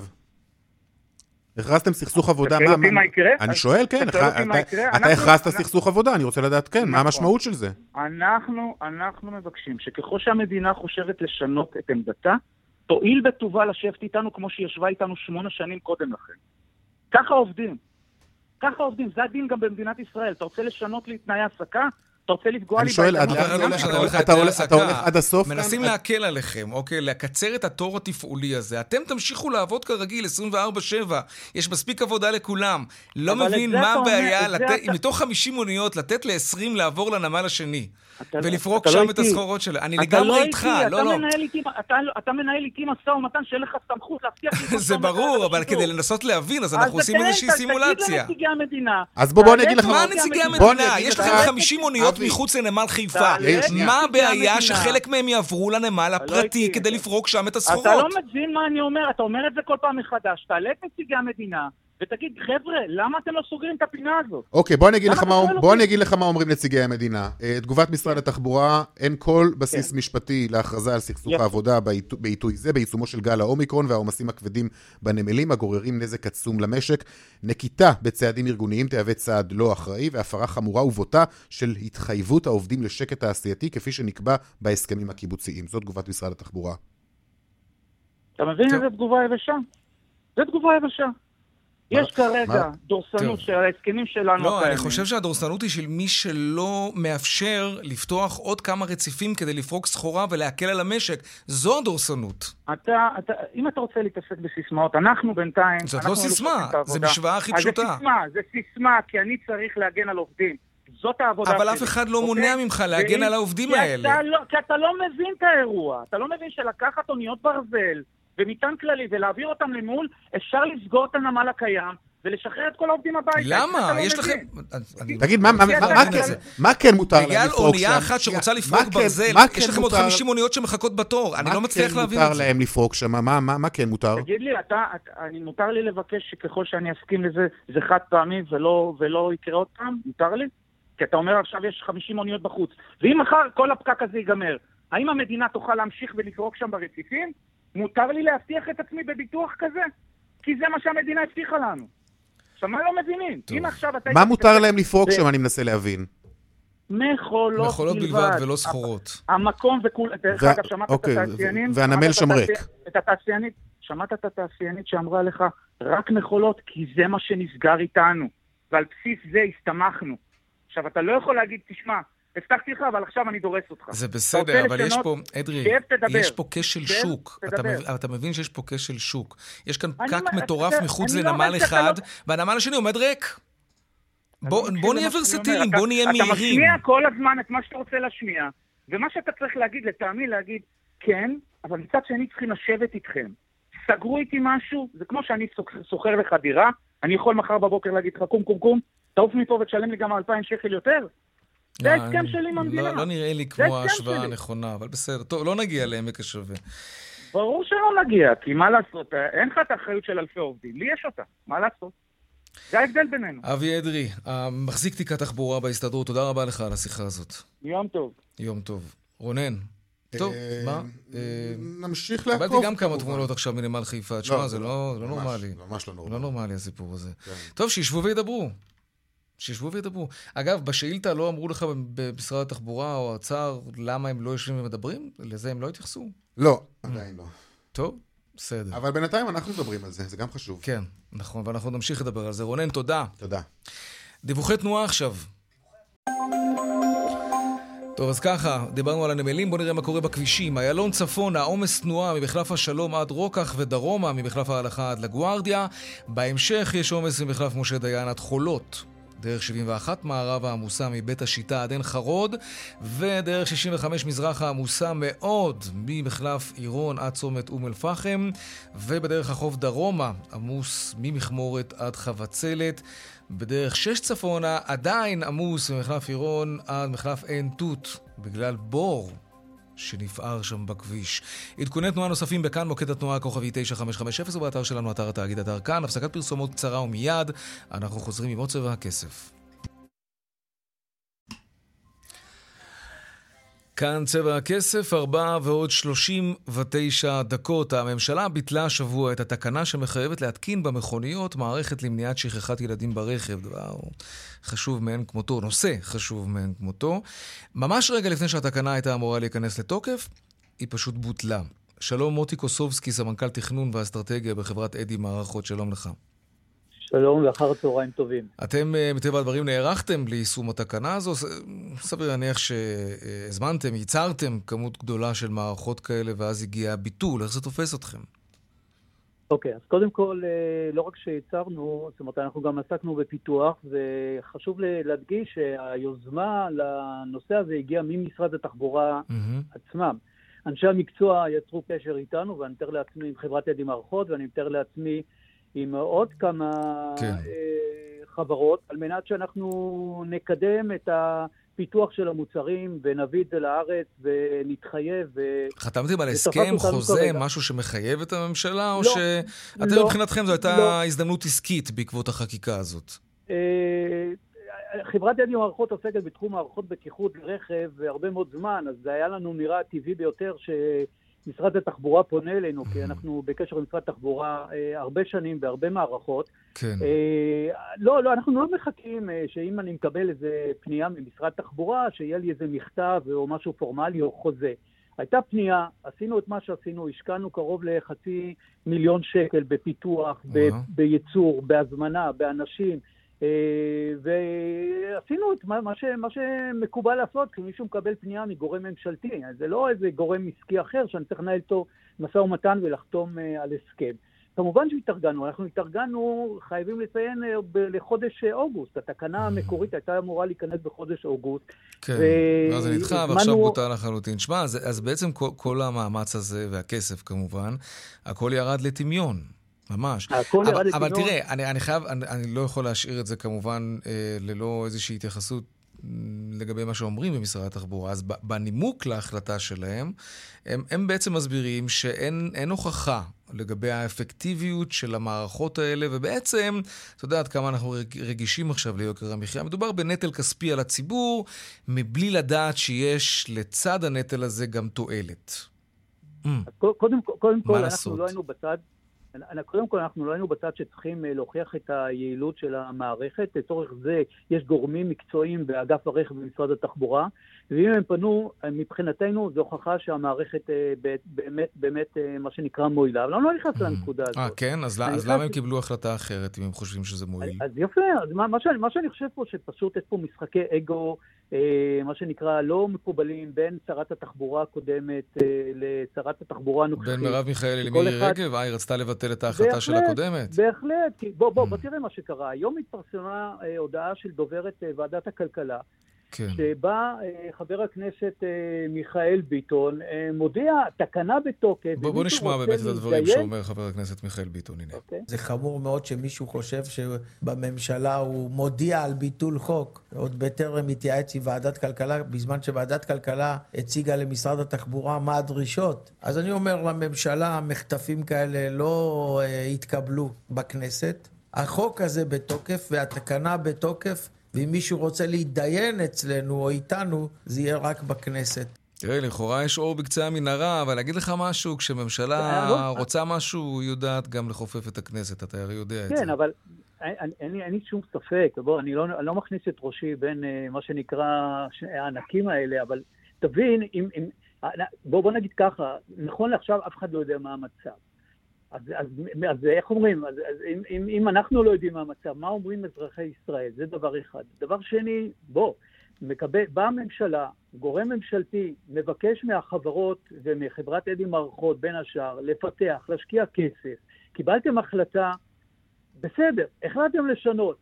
הכרזתם סכסוך עבודה, מה... מה... מה יקרה? אני שואל, כן. אתה הכרזת סכסוך עבודה, אני רוצה לדעת, כן, מה המשמעות של זה? אנחנו, אנחנו מבקשים שככל שהמדינה חושבת לשנות את עמדתה, תועיל בטובה לשבת איתנו כמו שהיא ישבה איתנו שמונה שנים קודם לכן. ככה עובדים. ככה עובדים. זה הדין גם במדינת ישראל. אתה רוצה לשנות לי תנאי העסקה? אתה רוצה לפגוע לי... אני שואל, אתה הולך עד הסוף? מנסים להקל עליכם, אוקיי? לקצר את התור התפעולי הזה. אתם תמשיכו לעבוד כרגיל עשרים וארבע שבע. יש מספיק עבודה לכולם. לא מבין מה הבעיה מתוך חמישים מוניות לתת ל-עשרים לעבור לנמל השני. ולפרוק שם את הסחורות שלה. אני לגמרי איתך, לא, לא. אתה מנהל איתי משא ומתן שאין לך סמכות להבטיח... זה ברור, אבל כדי לנסות להבין, אז אנחנו עושים איזושהי סימולציה. תגיד לנציגי המדינה. אז בוא נגיד לך... מה נציגי המדינה? יש לכם חמישים מוניות מחוץ לנמל חיפה. מה הבעיה שחלק מהם יעברו לנמל הפרטי כדי לפרוק שם את הסחורות? אתה לא מבין מה אני אומר, אתה אומר את זה כל פעם מחדש. תעלה את נציגי המדינה. ותגיד, חבר'ה, למה אתם לא סוגרים את הפינה הזאת? אוקיי, בוא נגיד לך מה, בוא נגיד לך מה אומרים נציגי המדינה. תגובת משרד התחבורה, אין כל בסיס משפטי להכרזה על סכסוך העבודה בעיתוי זה, בעיצומו של גל האומיקרון והעומסים הכבדים בנמלים, הגוררים נזק עצום למשק. נקיטה בצעדים ארגוניים תהווה צעד לא אחראי, והפרה חמורה ובוטה של התחייבות העובדים לשקט תעשייתי, כפי שנקבע בהסכמים הקיבוציים. זאת תגובת משרד התחבורה. אתה מבין איזה תגובה יבשה? זה תגובה יבשה. יש כרגע דורסנות של ההסכמים שלנו. לא, אני חושב שהדורסנות היא של מי שלא מאפשר לפתוח עוד כמה רציפים כדי לפרוק סחורה ולהקל על המשק. זו הדורסנות. אתה, אתה, אם אתה רוצה להתעסק בסיסמאות, אנחנו בינתיים... זאת לא סיסמה, זה משוואה הכי פשוטה. זה סיסמה, זה סיסמה, כי אני צריך להגן על עובדים. זאת העבודה אבל אף אחד לא מונע ממך להגן על העובדים האלה. כי אתה לא מבין את האירוע. אתה לא מבין שלקחת אוניות ברזל ומטען כללי ולהעביר אותם למול, אפשר לסגור את הנמל הקיים ולשחרר את כל העובדים הביתה. למה? יש לכם... תגיד, מה כן מותר להם לפרוק שם? בגלל אונייה אחת שרוצה לפרוק ברזל, יש לכם עוד חמישים אוניות שמחכות בתור. אני לא מצליח להבין את זה. מה כן מותר להם לפרוק שם? מה כן מותר? תגיד לי, מותר לי לבקש שככל שאני אסכים לזה, זה חד פעמי ולא יקרה עוד פעם? מותר לי? כי אתה אומר עכשיו יש חמישים אוניות בחוץ. ואם מחר כל הפקק הזה ייגמר, האם המדינה תוכל להמשיך ולפרוק שם ברציפים? מותר לי להבטיח את עצמי בביטוח כזה? כי זה מה שהמדינה הבטיחה לנו. עכשיו, מה לא מבינים? אם עכשיו אתה... מה מותר להם לפרוק שם, אני מנסה להבין? מכולות, מכולות בלבד ולא סחורות. המקום וכול... דרך אגב, שמעת את התעשיינים? והנמל שמרק. את התעשיינית, שמעת את התעשיינית שאמרה לך, רק מכולות, כי זה מה שנסגר איתנו. ועל בסיס זה הסתמכנו. עכשיו, אתה לא יכול להגיד, תשמע, הבטחתי לך, אבל עכשיו אני דורס אותך. זה בסדר, אבל יש פה, אדרי, יש פה כשל שוק. אתה מבין שיש פה כשל שוק. יש כאן פקק מטורף מחוץ לנמל אחד, והנמל השני עומד ריק. בוא נהיה ורסטיליים, בוא נהיה מהירים. אתה משמיע כל הזמן את מה שאתה רוצה להשמיע, ומה שאתה צריך להגיד, לטעמי להגיד, כן, אבל מצד שני צריכים לשבת איתכם. סגרו איתי משהו, זה כמו שאני סוחר לך דירה, אני יכול מחר בבוקר להגיד לך, קום קום קום, תעוף מפה ותשלם לי גם אלפיים שקל יותר. זה הסכם שלי עם המדינה. לא נראה לי כמו ההשוואה הנכונה, אבל בסדר. טוב, לא נגיע לעמק השווה. ברור שלא נגיע, כי מה לעשות? אין לך את האחריות של אלפי עובדים, לי יש אותה, מה לעשות? זה ההבדל בינינו. אבי אדרי, המחזיק תיק התחבורה בהסתדרות, תודה רבה לך על השיחה הזאת. יום טוב. יום טוב. רונן, טוב, מה? נמשיך לעקוב. קיבלתי גם כמה תמונות עכשיו מנמל חיפה. תשמע, זה לא נורמלי. ממש לא נורמלי. לא נורמלי הסיפור הזה. טוב, שישבו וידברו. שישבו וידברו. אגב, בשאילתה לא אמרו לך במשרד התחבורה או האוצר למה הם לא יושבים ומדברים? לזה הם לא התייחסו? לא, עדיין לא. טוב, בסדר. אבל בינתיים אנחנו מדברים על זה, זה גם חשוב. כן, נכון, ואנחנו נמשיך לדבר על זה. רונן, תודה. תודה. דיווחי תנועה עכשיו. טוב, אז ככה, דיברנו על הנמלים, בואו נראה מה קורה בכבישים. איילון צפונה, עומס תנועה ממחלף השלום עד רוקח ודרומה, ממחלף ההלכה עד לגוארדיה. בהמשך יש עומס ממחלף משה דיין עד חולות. דרך שבעים ואחת מערבה עמוסה מבית השיטה עד עין חרוד, ודרך שישים וחמש מזרחה עמוסה מאוד ממחלף עירון עד צומת אום אל-פחם, ובדרך החוף דרומה עמוס ממכמורת עד חבצלת. בדרך שש צפונה עדיין עמוס ממחלף עירון עד מחלף עין תות בגלל בור שנפער שם בכביש. עדכוני תנועה נוספים בכאן מוקד התנועה כוכבי תשע חמש חמש אפס ובאתר שלנו אתר התאגיד אתר כאן. הפסקת פרסומות קצרה ומיד אנחנו חוזרים עם עוד צבע הכסף. כאן צבע הכסף, ארבע ועוד שלושים ותשע דקות. הממשלה ביטלה השבוע את התקנה שמחייבת להתקין במכוניות מערכת למניעת שכחת ילדים ברכב. דבר חשוב מעין כמותו, נושא חשוב מעין כמותו. ממש רגע לפני שהתקנה הייתה אמורה להיכנס לתוקף, היא פשוט בוטלה. שלום מוטי קוסובסקי, סמנכ"ל תכנון ואסטרטגיה בחברת אדי מערכות, שלום לך. שלום, לאחר צהריים טובים. אתם מטבע הדברים נערכתם ליישום התקנה הזו? סביר להניח שהזמנתם, ייצרתם כמות גדולה של מערכות כאלה ואז הגיע הביטול. איך זה תופס אתכם? אוקיי, אז קודם כל, לא רק שייצרנו, זאת אומרת, אנחנו גם עסקנו בפיתוח, וחשוב להדגיש שהיוזמה לנושא הזה הגיעה ממשרד התחבורה עצמם. אנשי המקצוע יצרו קשר איתנו, ואני מתאר לעצמי עם חברת אדי מערכות, ואני מתאר לעצמי עם עוד כמה כן. חברות, על מנת שאנחנו נקדם את הפיתוח של המוצרים ונביא את זה לארץ ונתחייב. ו... חתמתם על הסכם, חוזה, כרגע. משהו שמחייב את הממשלה, או לא, שאתם לא, מבחינתכם זו הייתה לא. הזדמנות עסקית בעקבות החקיקה הזאת? חברת אדי מערכות עוסקת בתחום מערכות בטיחות לרכב והרבה מאוד זמן, אז זה היה לנו נראה טבעי ביותר ש... משרד התחבורה פונה אלינו, כי אנחנו בקשר עם משרד התחבורה אה, הרבה שנים בהרבה מערכות. כן. אה, לא, לא, אנחנו לא מחכים אה, שאם אני מקבל איזה פנייה ממשרד התחבורה, שיהיה לי איזה מכתב או משהו פורמלי או חוזה. הייתה פנייה, עשינו את מה שעשינו, השקענו קרוב לחצי מיליון שקל בפיתוח, ב- בייצור, בהזמנה, באנשים, ועשינו את מה, ש, מה שמקובל לעשות כשמישהו מקבל פנייה מגורם ממשלתי. זה לא איזה גורם עסקי אחר שאני צריך לנהל אותו משא ומתן ולחתום על הסכם. כמובן שהתארגנו, אנחנו התארגנו, חייבים לציין לחודש אוגוסט. התקנה המקורית הייתה אמורה להיכנס בחודש אוגוסט. כן, ואז זה נדחה, ועכשיו בוטה לחלוטין. שמע, אז, אז בעצם כל, כל המאמץ הזה והכסף כמובן, הכל ירד לטמיון. ממש. אבל, אבל תראה, אני, אני חייב, אני, אני לא יכול להשאיר את זה כמובן אה, ללא איזושהי התייחסות לגבי מה שאומרים במשרד התחבורה. אז בנימוק להחלטה שלהם, הם, הם בעצם מסבירים שאין אין הוכחה לגבי האפקטיביות של המערכות האלה, ובעצם, אתה יודע עד כמה אנחנו רגישים עכשיו ליוקר המחיה, מדובר בנטל כספי על הציבור, מבלי לדעת שיש לצד הנטל הזה גם תועלת. קודם, קודם כל, אנחנו לא היינו בצד, קודם כל אנחנו לא היינו בצד שצריכים להוכיח את היעילות של המערכת. לצורך זה יש גורמים מקצועיים באגף הרכב במשרד התחבורה, ואם הם פנו, מבחינתנו זו הוכחה שהמערכת באמת, באמת מה שנקרא מועילה, אבל אני לא נכנס לנקודה הזאת. אה, כן? אז, אז למה הם קיבלו החלטה אחרת אם הם חושבים שזה מועיל? אז יפה, אז מה, מה, שאני, מה שאני חושב פה שפשוט יש פה משחקי אגו, מה שנקרא לא מקובלים בין שרת התחבורה הקודמת לשרת התחבורה הנוכחית. בין מרב מיכאלי למירי רגב, היא רצתה לבטל את ההחלטה של הקודמת. בהחלט, בוא, בוא, בוא תראה מה שקרה. היום התפרסמה הודעה של דוברת ועדת הכלכלה, כן. שבה חבר הכנסת מיכאל ביטון מודיע תקנה בתוקף. בוא, בוא נשמע באמת את הדברים להתדיין. שאומר חבר הכנסת מיכאל ביטון. הנה. Okay. זה חמור מאוד שמישהו חושב שבממשלה הוא מודיע על ביטול חוק, עוד בטרם התייעץ עם ועדת כלכלה, בזמן שוועדת כלכלה הציגה למשרד התחבורה מה הדרישות. אז אני אומר לממשלה, מחטפים כאלה לא התקבלו בכנסת. החוק הזה בתוקף והתקנה בתוקף, ואם מישהו רוצה להתדיין אצלנו או איתנו, זה יהיה רק בכנסת. תראה, לכאורה יש אור בקצה המנהרה, אבל אגיד לך משהו, כשממשלה רוצה משהו, היא יודעת גם לחופף את הכנסת, אתה הרי יודע את זה. כן, אבל אין לי שום ספק, בוא, אני לא מכניס את ראשי בין מה שנקרא הענקים האלה, אבל תבין, בוא נגיד ככה, נכון לעכשיו אף אחד לא יודע מה המצב. אז, אז, אז איך אומרים? אז, אז, אם, אם, אם אנחנו לא יודעים מה המצב, מה אומרים אזרחי ישראל? זה דבר אחד. דבר שני, בוא, מקבל, באה הממשלה, גורם ממשלתי, מבקש מהחברות ומחברת אדי מערכות, בין השאר, לפתח, להשקיע כסף. קיבלתם החלטה, בסדר, החלטתם לשנות,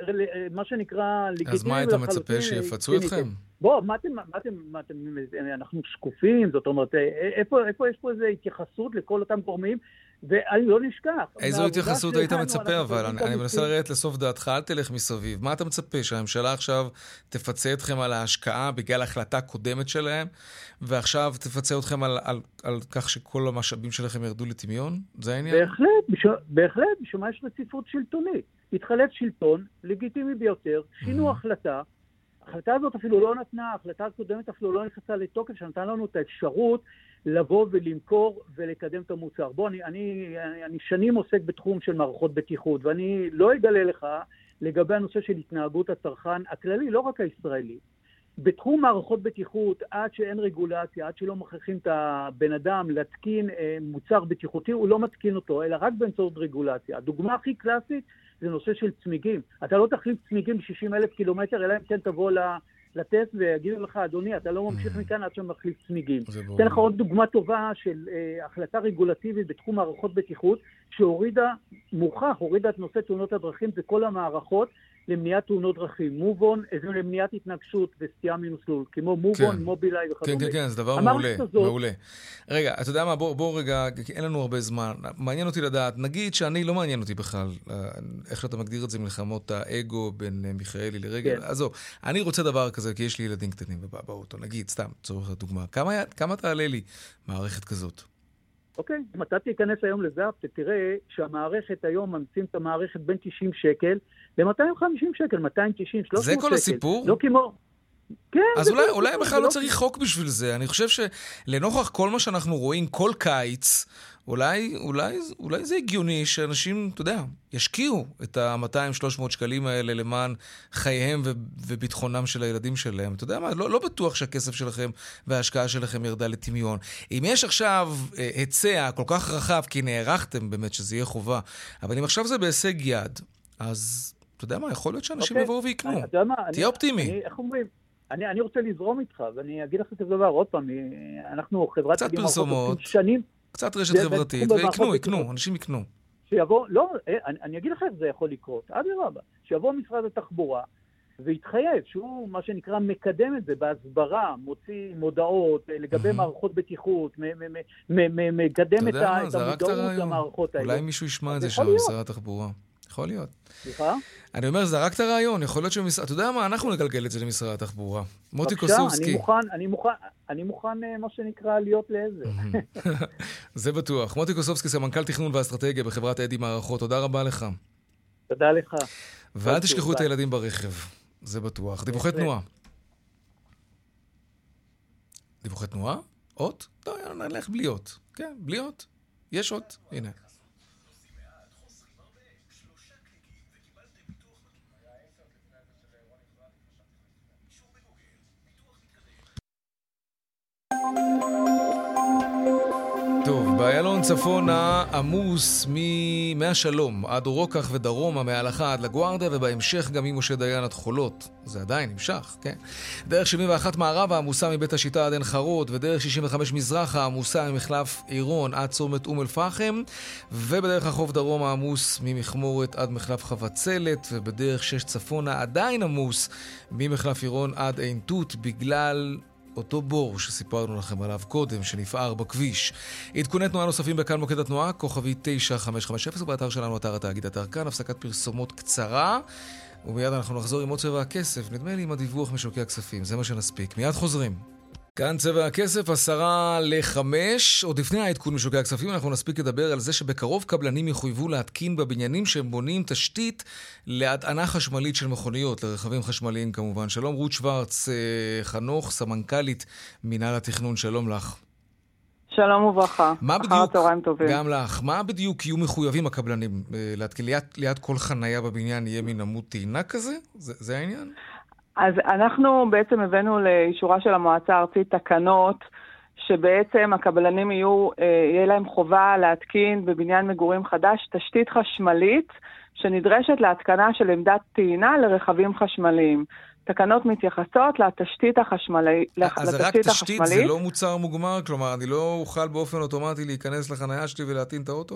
מה שנקרא לגיטימי. אז מה היית מצפה שיפצו אתכם? בוא, מה אתם, מה אתם, מה אתם, אנחנו שקופים, זאת אומרת, איפה, איפה יש פה איזו התייחסות לכל אותם גורמים? ואני לא נשכח. איזו התייחסות היית מצפה, אבל אני מנסה לראות לסוף דעתך, אל תלך מסביב. מה אתה מצפה? שהממשלה עכשיו תפצה אתכם על ההשקעה בגלל החלטה קודמת שלהם, ועכשיו תפצה אתכם על, על, על כך שכל המשאבים שלכם ירדו לטמיון? זה העניין? בהחלט, בהחלט, בשביל מה יש רציפות שלטונית. התחלף שלטון, לגיטימי ביותר, שינו החלטה, ההחלטה הזאת אפילו לא נתנה, ההחלטה הקודמת אפילו לא נכנסה לתוקף, שנתן לנו את האפשרות לבוא ולמכור ולקדם את המוצר. בוא, אני, אני, אני שנים עוסק בתחום של מערכות בטיחות, ואני לא אגלה לך לגבי הנושא של התנהגות הצרכן הכללי, לא רק הישראלי. בתחום מערכות בטיחות, עד שאין רגולציה, עד שלא מכריחים את הבן אדם להתקין אה, מוצר בטיחותי, הוא לא מתקין אותו, אלא רק באמצעות רגולציה. הדוגמה הכי קלאסית זה נושא של צמיגים. אתה לא תחליף צמיגים ב-שישים אלף קילומטר, אלא אם כן תבוא לטסט ויגידו לך, אדוני, אתה לא ממשיך מכאן עד שמחליף צמיגים. אתן לך עוד דוגמה טובה של אה, החלטה רגולטיבית בתחום מערכות בטיחות, שהורידה, מוכח, הורידה את נושא תאונות הדרכים, זה כל המערכות, למניעת תאונות דרכים, מובון, למניעת התנגשות וסטייה ממסלול, כמו מובון, מובילאיי וכדומה. כן, כן, כן, זה דבר מעולה, מעולה. רגע, אתה יודע מה, בוא רגע, אין לנו הרבה זמן, מעניין אותי לדעת, נגיד שאני לא מעניין אותי בכלל, איך אתה מגדיר את זה, מלחמות האגו בין מיכאלי לרגל, אז זהו, אני רוצה דבר כזה, כי יש לי ילדים קטנים באוטו, נגיד, סתם, צורך לדוגמה, כמה תעלה לי מערכת כזאת? אוקיי, אם אתה תיכנס היום לזאפ, תראה שהמערכת היום ממציאים את המערכת בין תשעים שקל ל-מאתיים וחמישים שקל, מאתיים תשעים, שלוש מאות שקל. זה כל הסיפור? לא כמו... כן, אז אולי, אולי בכלל לא צריך חוק בשביל זה. אני חושב שלנוכח כל מה שאנחנו רואים כל קיץ, אולי, אולי, אולי זה הגיוני שאנשים, אתה יודע, ישקיעו את ה-מאתיים שלוש מאות שקלים האלה למען חייהם ו- וביטחונם של הילדים שלהם. אתה יודע מה? לא, לא בטוח שהכסף שלכם וההשקעה שלכם ירדה לטמיון. אם יש עכשיו אה, היצע כל כך רחב, כי נערכתם באמת שזה יהיה חובה, אבל אם עכשיו זה בהישג יד, אז אתה יודע מה? יכול להיות שאנשים אוקיי. יבואו ויקנו. אתה יודע מה? תהיה אני, אופטימי. אני, איך אומרים? אני, אני רוצה לזרום איתך, ואני אגיד לך כזה דבר, עוד פעם, אנחנו חברת... קצת פרסומות, שנים, קצת רשת חברתית, ויקנו, יקנו, אנשים יקנו. שיבוא, לא, אני, אני אגיד לך איך זה יכול לקרות, עד לרבה, שיבוא משרד התחבורה, והתחייב שהוא, מה שנקרא, מקדם את זה בהסברה, מוציא מודעות לגבי מערכות בטיחות, מקדם את המודעות למערכות האלה. אולי מישהו ישמע את זה שם, משרד התחבורה. יכול להיות. סליחה? אני אומר, זה רק את הרעיון, יכול להיות שמשרד... אתה יודע מה, אנחנו נגלגל את זה למשרד התחבורה. מוטי קוסובסקי. אני מוכן, אני מוכן, אני מוכן, מה שנקרא, להיות לעזר. זה בטוח. מוטי קוסובסקי, סמנכ"ל תכנון ואסטרטגיה בחברת אדי מערכות. תודה רבה לך. תודה לך. ואל תשכחו את הילדים ברכב. זה בטוח. דיווחי תנועה. דיווחי תנועה? אות? לא, נלך בלי אות. כן, בלי אות. יש אות. הנה. טוב, באיילון צפונה עמוס מהשלום עד רוקח ודרומה, מההלכה עד לגוארדיה, ובהמשך גם ממשה דיין עד חולות. זה עדיין נמשך, כן? דרך שבעים ואחת מערבה עמוסה מבית השיטה עד עין חרוד, ודרך שישים וחמש מזרחה עמוסה ממחלף עירון עד צומת אום אל-פחם, ובדרך החוף דרומה עמוס ממחמורת עד מחלף חבצלת, ובדרך שש צפונה עדיין עמוס ממחלף עירון עד עין תות, בגלל אותו בור שסיפרנו לכם עליו קודם, שנפער בכביש. עדכוני תנועה נוספים בכאן מוקד התנועה, כוכבי תשע חמש חמש אפס, ובאתר שלנו, אתר התאגיד אתר כאן. הפסקת פרסומות קצרה, ומיד אנחנו נחזור עם עוד צבע הכסף, נדמה לי עם הדיווח משוקי הכספים, זה מה שנספיק. מיד חוזרים. כאן צבע הכסף, עשרה לחמש. עוד לפני העדכון משוקי הכספים אנחנו נספיק לדבר על זה שבקרוב קבלנים יחויבו להתקין בבניינים שהם בונים תשתית להטענה חשמלית של מכוניות, לרכבים חשמליים כמובן. שלום רות שוורץ חנוך, סמנכ"לית מינהל התכנון, שלום לך. שלום וברכה. מה אחר בדיוק, הצהריים טובים. גם לך, מה בדיוק יהיו מחויבים הקבלנים להתקין? ליד, ליד כל חנייה בבניין יהיה מין עמוד טעינה כזה? זה, זה העניין? אז אנחנו בעצם הבאנו לאישורה של המועצה הארצית תקנות שבעצם הקבלנים יהיו, יהיה להם חובה להתקין בבניין מגורים חדש תשתית חשמלית שנדרשת להתקנה של עמדת טעינה לרכבים חשמליים. תקנות מתייחסות לתשתית החשמלית. אז זה רק תשתית, זה לא מוצר מוגמר? כלומר, אני לא אוכל באופן אוטומטי להיכנס לחנייה שלי ולהטעין את האוטו?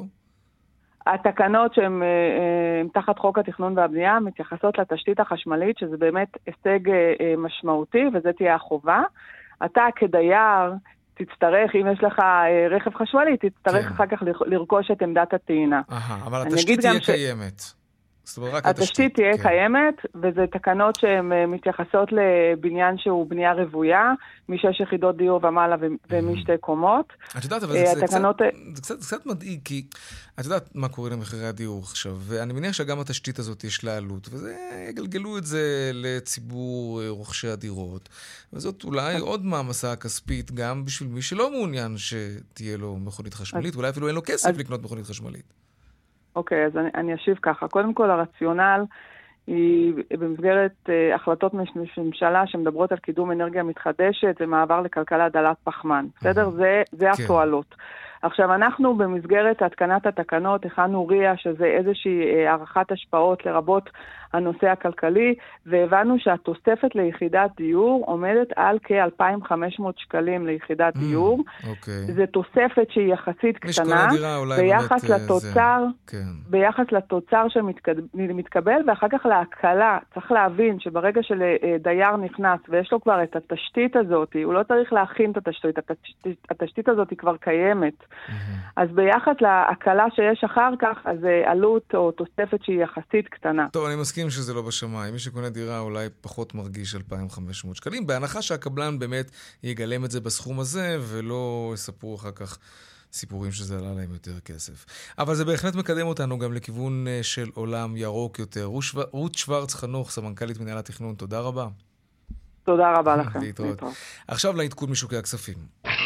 התקנות שהן תחת חוק התכנון והבנייה מתייחסות לתשתית החשמלית, שזה באמת הישג משמעותי, וזה תהיה החובה. אתה כדייר תצטרך, אם יש לך רכב חשמלי, תצטרך כן. אחר כך לרכוש את עמדת הטעינה. אהה, אבל התשתית תהיה ש... קיימת. התשתית, התשתית תהיה כן. קיימת, וזה תקנות שהן מתייחסות לבניין שהוא בנייה רוויה, משש יחידות דיור ומעלה ומשתי קומות. את יודעת, אבל זה, התקנות... זה, קצת, זה קצת, קצת מדאיג, כי את יודעת מה קורה למחירי הדיור עכשיו, ואני מניח שגם התשתית הזאת יש לה עלות, וזה, יגלגלו את זה לציבור רוכשי הדירות, וזאת אולי עוד מעמסה כספית, גם בשביל מי שלא מעוניין שתהיה לו מכונית חשמלית, אז... ואולי אפילו אין לו כסף אז... לקנות מכונית חשמלית. אוקיי, אז אני, אני אשיב ככה. קודם כל, הרציונל היא במסגרת uh, החלטות ממשלה שמדברות על קידום אנרגיה מתחדשת ומעבר לכלכלה דלת פחמן. בסדר? זה, זה כן. התועלות. עכשיו, אנחנו במסגרת התקנת התקנות הכנו ריה, שזה איזושהי uh, הערכת השפעות לרבות הנושא הכלכלי, והבנו שהתוספת ליחידת דיור עומדת על כ-אלפיים וחמש מאות שקלים ליחידת mm, דיור. אוקיי. זה תוספת שהיא יחסית קטנה, ביחס באמת, לתוצר, זה... כן. ביחס לתוצר שמתקבל, ואחר כך להקלה. צריך להבין שברגע שדייר נכנס ויש לו כבר את התשתית הזאת, הוא לא צריך להכין את התשתית, התשתית, התשתית הזאת היא כבר קיימת. Mm-hmm. אז ביחס להקלה שיש אחר כך, אז עלות או תוספת שהיא יחסית קטנה. טוב, אני מסכים שזה לא בשמיים. מי שקונה דירה אולי פחות מרגיש אלפיים וחמש מאות שקלים, בהנחה שהקבלן באמת יגלם את זה בסכום הזה, ולא יספרו אחר כך סיפורים שזה עלה להם יותר כסף. אבל זה בהחלט מקדם אותנו גם לכיוון של עולם ירוק יותר. רות שוורץ חנוך, סמנכ"לית מינהל התכנון, תודה רבה. תודה רבה לכם. להתראות. עכשיו לעדכון משוקי הכספים.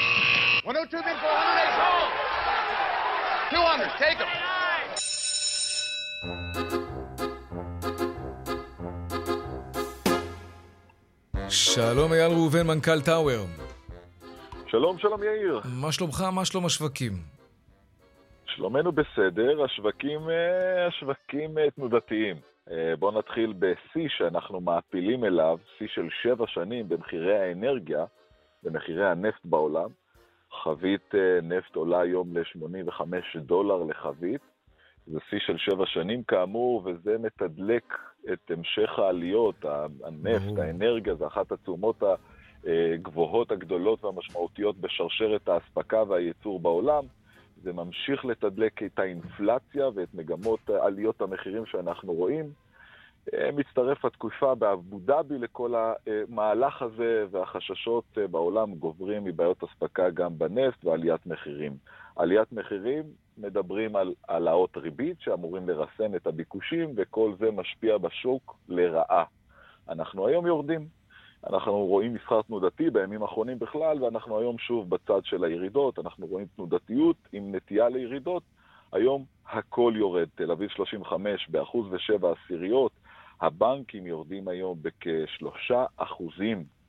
Take them. שלום אייל ראובן, מנכ"ל טאוור. שלום, שלום יאיר. מה שלומך, מה שלום השווקים? שלומנו בסדר, השווקים, השווקים תנודתיים. בואו נתחיל ב-C שאנחנו מעפילים אליו, C של שבע שנים במחירי האנרגיה, במחירי הנפט בעולם. חבית נפט עולה היום ל-שמונים וחמישה דולר לחבית. זה שיא של שבע שנים כאמור, וזה מתדלק את המשך העליות. הנפט, האנרגיה, זה אחת התשומות הגבוהות, הגדולות והמשמעותיות בשרשרת האספקה והייצור בעולם. זה ממשיך לתדלק את האינפלציה ואת מגמות עליות המחירים שאנחנו רואים. מצטרף התקופה באבו דאבי לכל המהלך הזה, והחששות בעולם גוברים מבעיות אספקה גם בנפט ועליית מחירים. עליית מחירים מדברים על העלאות ריבית שאמורים לרסן את הביקושים, וכל זה משפיע בשוק לרעה. אנחנו היום יורדים. אנחנו רואים מסחר תנודתי בימים האחרונים בכלל, ואנחנו היום שוב בצד של הירידות. אנחנו רואים תנודתיות עם נטייה לירידות. היום הכל יורד. תל אביב שלושים וחמש באחוז ושבע עשיריות. הבנקים יורדים היום בכשלושה אחוזים.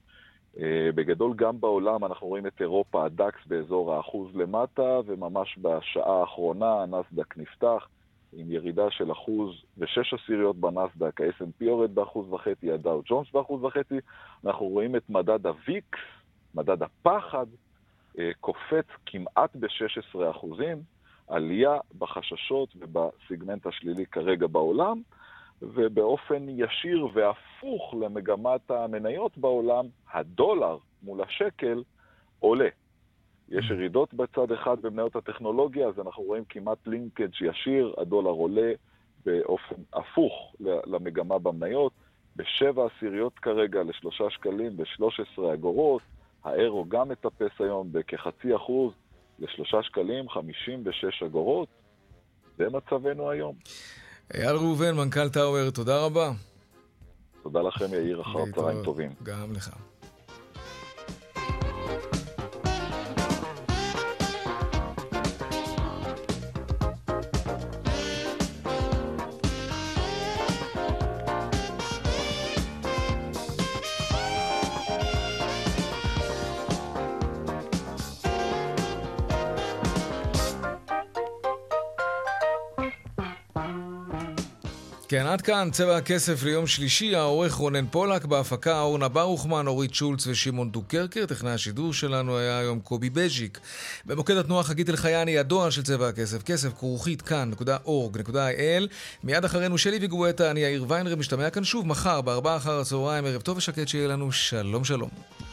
בגדול גם בעולם אנחנו רואים את אירופה, הדקס באזור האחוז למטה, וממש בשעה האחרונה הנסדק נפתח עם ירידה של אחוז ושש עשיריות בנסדק, ה-אס אנד פי יורד באחוז וחצי, הדאו ג'ונס באחוז וחצי. אנחנו רואים את מדד הוויקס, מדד הפחד, קופץ כמעט ב-שש עשרה אחוזים, עלייה בחששות ובסיגמנט השלילי כרגע בעולם, ובאופן ישיר והפוך למגמת המניות בעולם, הדולר מול השקל עולה. יש ירידות בצד אחד במניות הטכנולוגיה, אז אנחנו רואים כמעט לינקג' ישיר, הדולר עולה באופן הפוך למגמה במניות, בשבע עשיריות כרגע לשלושה שקלים, בשלוש עשרה אגורות, האירו גם מטפס היום בכחצי אחוז לשלושה שקלים, חמישים ושש אגורות, זה מצבנו היום. אייל ראובן, מנכ"ל טאואר, תודה רבה. תודה לכם יאיר, אחר צהריים טובים. גם לך. כן, עד כאן צבע הכסף ליום שלישי, העורך רונן פולק, בהפקה אורנה ברוכמן, אורית שולץ ושמעון דוקרקר, טכנאי השידור שלנו היה היום קובי בז'יק. במוקד התנועה חגית אלחייני, הדואל של צבע הכסף, כסף כרוכית כאן נקודה אורג נקודה איי אל. מיד אחרינו שלי וגואטה, אני יאיר ויינר, משתמע כאן שוב מחר בארבעה אחר הצהריים, ערב טוב ושקט שיהיה לנו, שלום שלום.